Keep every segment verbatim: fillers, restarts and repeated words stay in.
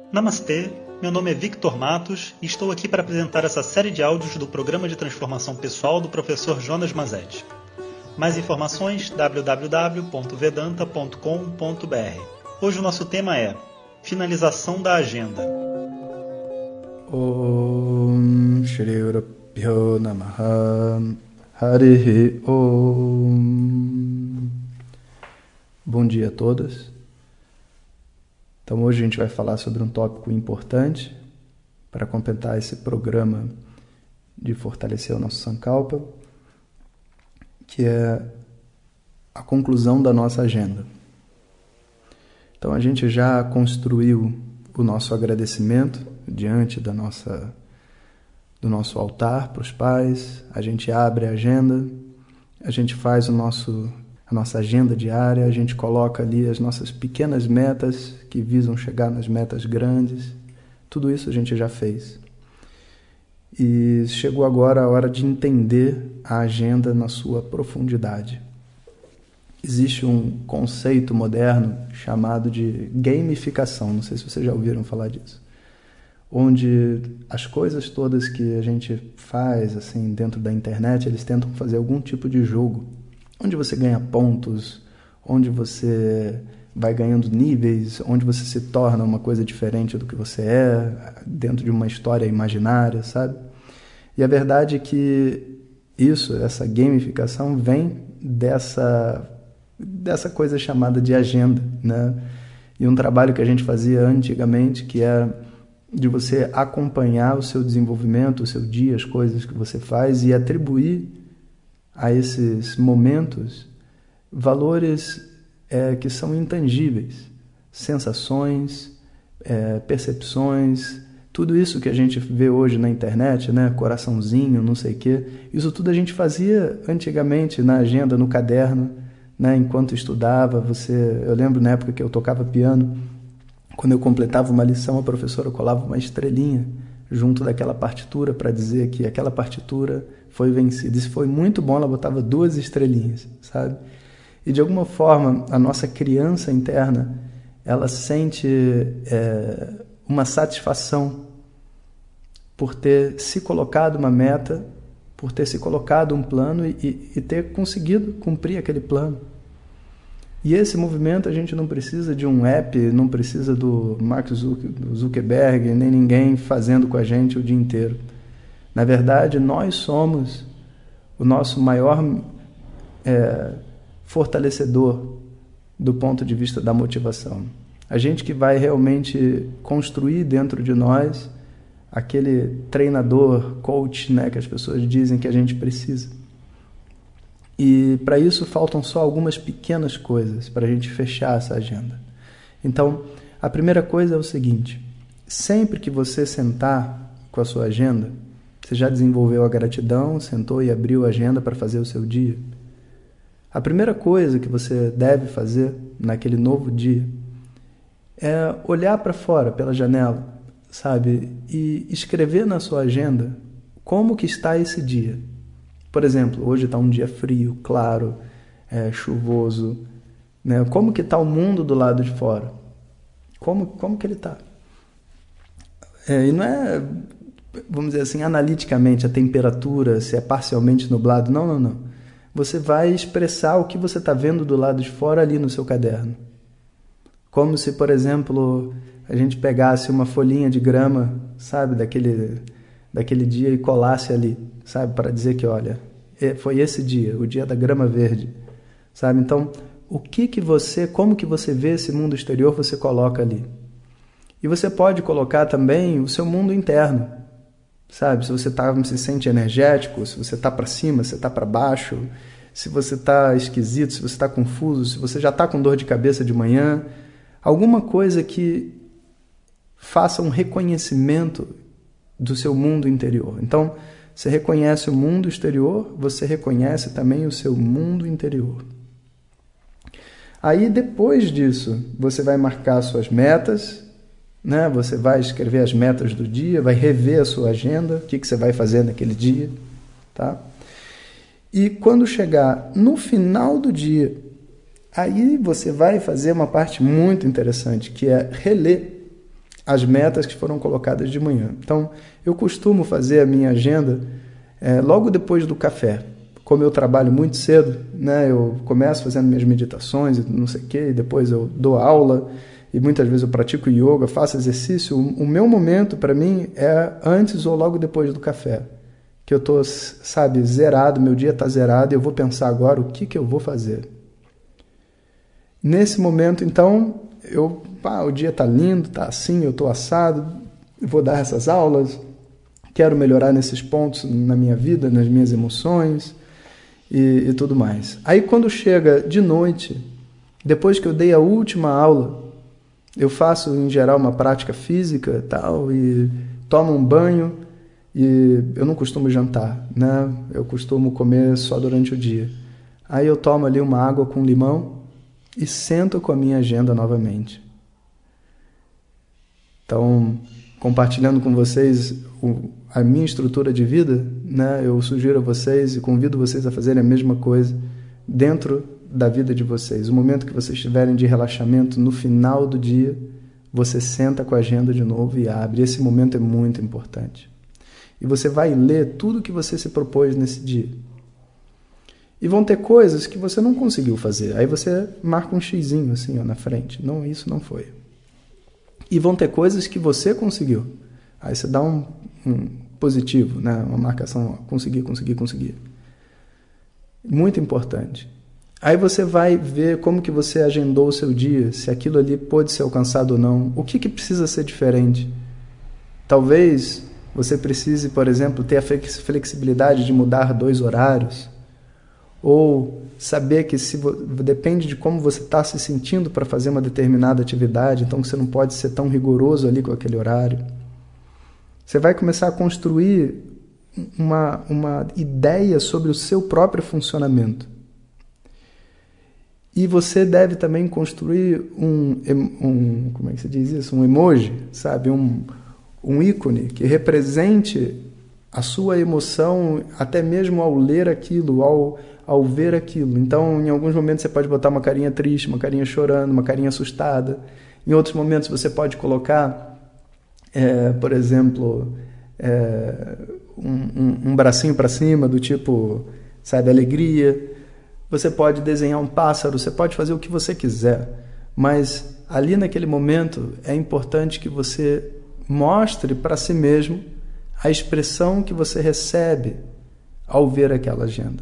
Namastê, meu nome é Victor Matos e estou aqui para apresentar essa série de áudios do Programa de Transformação Pessoal do professor Jonas Mazetti. Mais informações w w w ponto vedanta ponto com ponto b r. Hoje o nosso tema é Finalização da Agenda. Om Shri Gurubhyo Namaha Harihi Om. Bom dia a todos. Então hoje a gente vai falar sobre um tópico importante para completar esse programa de fortalecer o nosso Sankalpa, que é a conclusão da nossa agenda. Então a gente já construiu o nosso agradecimento diante da nossa, do nosso altar para os pais, a gente abre a agenda, a gente faz o nosso, a nossa agenda diária, a gente coloca ali as nossas pequenas metas que visam chegar nas metas grandes, tudo isso a gente já fez. E chegou agora a hora de entender a agenda na sua profundidade. Existe um conceito moderno chamado de gamificação, não sei se vocês já ouviram falar disso, onde as coisas todas que a gente faz assim dentro da internet, eles tentam fazer algum tipo de jogo, onde você ganha pontos, onde você vai ganhando níveis, onde você se torna uma coisa diferente do que você é, dentro de uma história imaginária, sabe? E a verdade é que isso, essa gamificação, vem dessa, dessa coisa chamada de agenda, né? E um trabalho que a gente fazia antigamente, que é de você acompanhar o seu desenvolvimento, o seu dia, as coisas que você faz e atribuir a esses momentos valores é, que são intangíveis, sensações, é, percepções, tudo isso que a gente vê hoje na internet, né, coraçãozinho, não sei o quê, isso tudo a gente fazia antigamente na agenda, no caderno, né, enquanto estudava. Você, eu lembro na época que eu tocava piano, quando eu completava uma lição, a professora colava uma estrelinha junto daquela partitura para dizer que aquela partitura foi vencida. E se foi muito bom, ela botava duas estrelinhas, sabe? E de alguma forma, a nossa criança interna, ela sente é, uma satisfação por ter se colocado uma meta, por ter se colocado um plano e, e, e ter conseguido cumprir aquele plano. E esse movimento a gente não precisa de um app, não precisa do Mark Zuckerberg, nem ninguém fazendo com a gente o dia inteiro. Na verdade, nós somos o nosso maior é, fortalecedor do ponto de vista da motivação. A gente que vai realmente construir dentro de nós aquele treinador, coach, né, que as pessoas dizem que a gente precisa. E para isso faltam só algumas pequenas coisas para a gente fechar essa agenda. Então, a primeira coisa é o seguinte: sempre que você sentar com a sua agenda, você já desenvolveu a gratidão, sentou e abriu a agenda para fazer o seu dia. A primeira coisa que você deve fazer naquele novo dia é olhar para fora, pela janela, sabe? E escrever na sua agenda como que está esse dia. Por exemplo, hoje está um dia frio, claro, é, chuvoso, né? Como que está o mundo do lado de fora? Como, como que ele está? É, e não é, vamos dizer assim, analiticamente a temperatura, se é parcialmente nublado. Não, não, não. Você vai expressar o que você está vendo do lado de fora ali no seu caderno. Como se, por exemplo, a gente pegasse uma folhinha de grama, sabe, daquele, daquele dia e colasse ali, sabe, para dizer que, olha, foi esse dia, o dia da grama verde, sabe? Então, o que que você, como que você vê esse mundo exterior, você coloca ali. E você pode colocar também o seu mundo interno, sabe? Se você tá, se sente energético, se você está para cima, se você está para baixo, se você está esquisito, se você está confuso, se você já está com dor de cabeça de manhã, alguma coisa que faça um reconhecimento do seu mundo interior. Então, você reconhece o mundo exterior, você reconhece também o seu mundo interior. Aí, depois disso, você vai marcar suas metas, né? Você vai escrever as metas do dia, vai rever a sua agenda, o que, que você vai fazer naquele dia, tá? E quando chegar no final do dia, aí você vai fazer uma parte muito interessante, que é reler as metas que foram colocadas de manhã. Então, eu costumo fazer a minha agenda é, logo depois do café. Como eu trabalho muito cedo, né, eu começo fazendo minhas meditações e não sei o quê, e depois eu dou aula, e muitas vezes eu pratico yoga, faço exercício. O, o meu momento, para mim, é antes ou logo depois do café. Que eu estou, sabe, zerado, meu dia está zerado, e eu vou pensar agora o que, que eu vou fazer. Nesse momento, então, eu, pá, o dia está lindo, está assim, eu estou assado, vou dar essas aulas, quero melhorar nesses pontos na minha vida, nas minhas emoções e, e tudo mais. Aí quando chega de noite, depois que eu dei a última aula, eu faço em geral uma prática física tal, e tomo um banho, e eu não costumo jantar, né? Eu costumo comer só durante o dia. Aí eu tomo ali uma água com limão e sento com a minha agenda novamente. Então, compartilhando com vocês o, a minha estrutura de vida, né, eu sugiro a vocês e convido vocês a fazerem a mesma coisa dentro da vida de vocês. O momento que vocês estiverem de relaxamento, no final do dia, você senta com a agenda de novo e abre. Esse momento é muito importante. E você vai ler tudo que você se propôs nesse dia. E vão ter coisas que você não conseguiu fazer. Aí você marca um xizinho assim, ó, na frente. Não, isso não foi. E vão ter coisas que você conseguiu. Aí você dá um, um positivo, né? Uma marcação, ó, consegui, consegui, consegui. Muito importante. Aí você vai ver como que você agendou o seu dia, se aquilo ali pôde ser alcançado ou não. O que que precisa ser diferente? Talvez você precise, por exemplo, ter a flexibilidade de mudar dois horários. Ou saber que se, depende de como você está se sentindo para fazer uma determinada atividade, então você não pode ser tão rigoroso ali com aquele horário. Você vai começar a construir uma, uma ideia sobre o seu próprio funcionamento. E você deve também construir um, um como é que se diz isso? Um emoji, sabe? Um, um ícone que represente a sua emoção, até mesmo ao ler aquilo, ao, ao ver aquilo. Então, em alguns momentos você pode botar uma carinha triste, uma carinha chorando, uma carinha assustada. Em outros momentos você pode colocar, é, por exemplo, é, um, um, um bracinho para cima, do tipo, sabe, alegria. Você pode desenhar um pássaro, você pode fazer o que você quiser. Mas ali naquele momento é importante que você mostre para si mesmo a expressão que você recebe ao ver aquela agenda.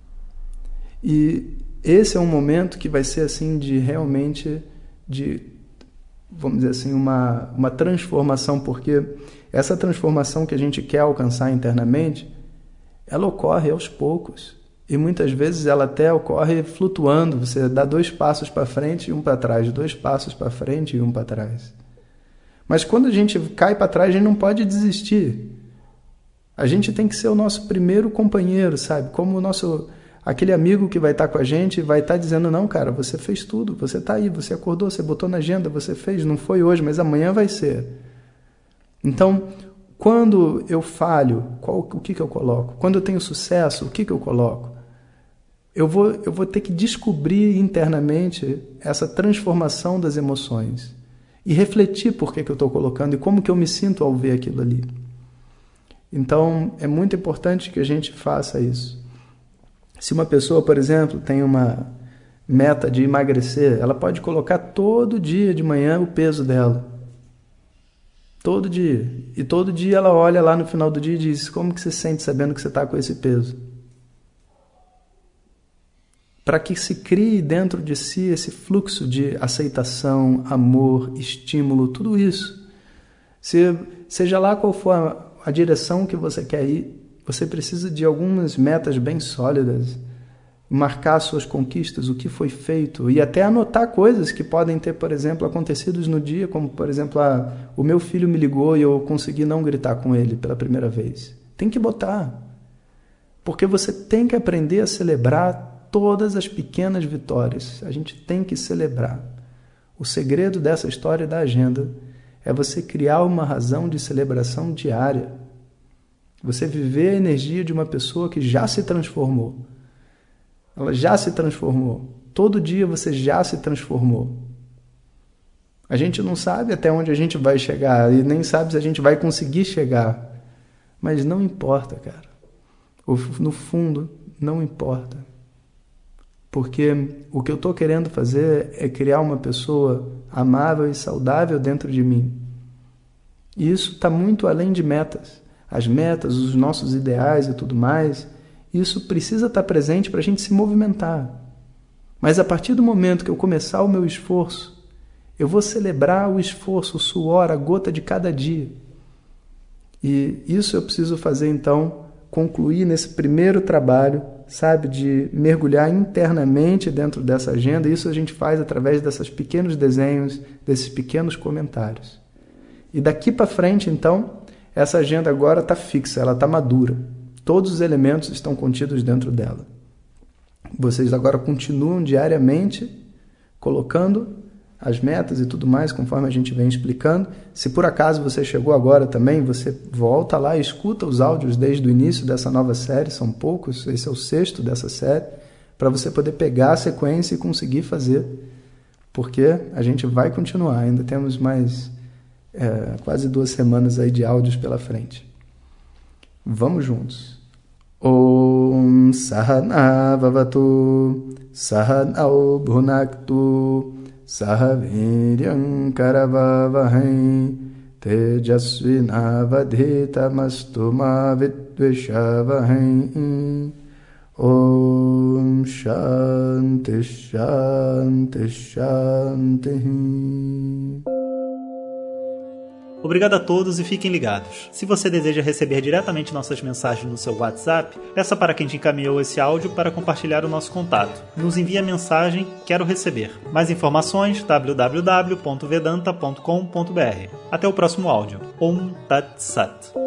E esse é um momento que vai ser assim de realmente, de, vamos dizer assim, uma, uma transformação, porque essa transformação que a gente quer alcançar internamente, ela ocorre aos poucos. E muitas vezes ela até ocorre flutuando, você dá dois passos para frente e um para trás, dois passos para frente e um para trás. Mas quando a gente cai para trás, a gente não pode desistir. A gente tem que ser o nosso primeiro companheiro, sabe? Como o nosso, aquele amigo que vai estar com a gente, vai estar dizendo, não, cara, você fez tudo, você está aí, você acordou, você botou na agenda, você fez, não foi hoje, mas amanhã vai ser. Então, quando eu falho, qual, o que, que eu coloco? Quando eu tenho sucesso, o que, que eu coloco? Eu vou, eu vou ter que descobrir internamente essa transformação das emoções e refletir por que, que eu estou colocando e como que eu me sinto ao ver aquilo ali. Então, é muito importante que a gente faça isso. Se uma pessoa, por exemplo, tem uma meta de emagrecer, ela pode colocar todo dia de manhã o peso dela. Todo dia. E todo dia ela olha lá no final do dia e diz, como que você se sente sabendo que você está com esse peso? Para que se crie dentro de si esse fluxo de aceitação, amor, estímulo, tudo isso. Se, seja lá qual for a, a direção que você quer ir, você precisa de algumas metas bem sólidas, marcar suas conquistas, o que foi feito, e até anotar coisas que podem ter, por exemplo, acontecido no dia, como, por exemplo, ah, o meu filho me ligou e eu consegui não gritar com ele pela primeira vez. Tem que botar, porque você tem que aprender a celebrar todas as pequenas vitórias. A gente tem que celebrar. O segredo dessa história da agenda é você criar uma razão de celebração diária. Você viver a energia de uma pessoa que já se transformou. Ela já se transformou. Todo dia você já se transformou. A gente não sabe até onde a gente vai chegar e nem sabe se a gente vai conseguir chegar. Mas não importa, cara. No fundo, não importa. Porque o que eu estou querendo fazer é criar uma pessoa amável e saudável dentro de mim. E isso está muito além de metas. As metas, os nossos ideais e tudo mais, isso precisa estar presente para a gente se movimentar. Mas a partir do momento que eu começar o meu esforço, eu vou celebrar o esforço, o suor, a gota de cada dia. E isso eu preciso fazer, então, concluir nesse primeiro trabalho, sabe, de mergulhar internamente dentro dessa agenda. Isso a gente faz através desses pequenos desenhos, desses pequenos comentários. E daqui para frente, então, essa agenda agora está fixa, ela está madura. Todos os elementos estão contidos dentro dela. Vocês agora continuam diariamente colocando as metas e tudo mais, conforme a gente vem explicando. Se por acaso você chegou agora também, você volta lá e escuta os áudios desde o início dessa nova série, são poucos, esse é o sexto dessa série, para você poder pegar a sequência e conseguir fazer, porque a gente vai continuar, ainda temos mais é, quase duas semanas aí de áudios pela frente. Vamos juntos. Om Sahana Vavatu Sahanau Bhunaktu Saha Viryam Karavavahai Tejasvinavadhitamastu ma vidvishavahai. Om Shanti Shanti Shanti. Obrigado a todos e fiquem ligados. Se você deseja receber diretamente nossas mensagens no seu WhatsApp, peça para quem te encaminhou esse áudio para compartilhar o nosso contato. Nos envie a mensagem "Quero receber". Mais informações w w w ponto vedanta ponto com ponto b r. Até o próximo áudio. Om Tat Sat.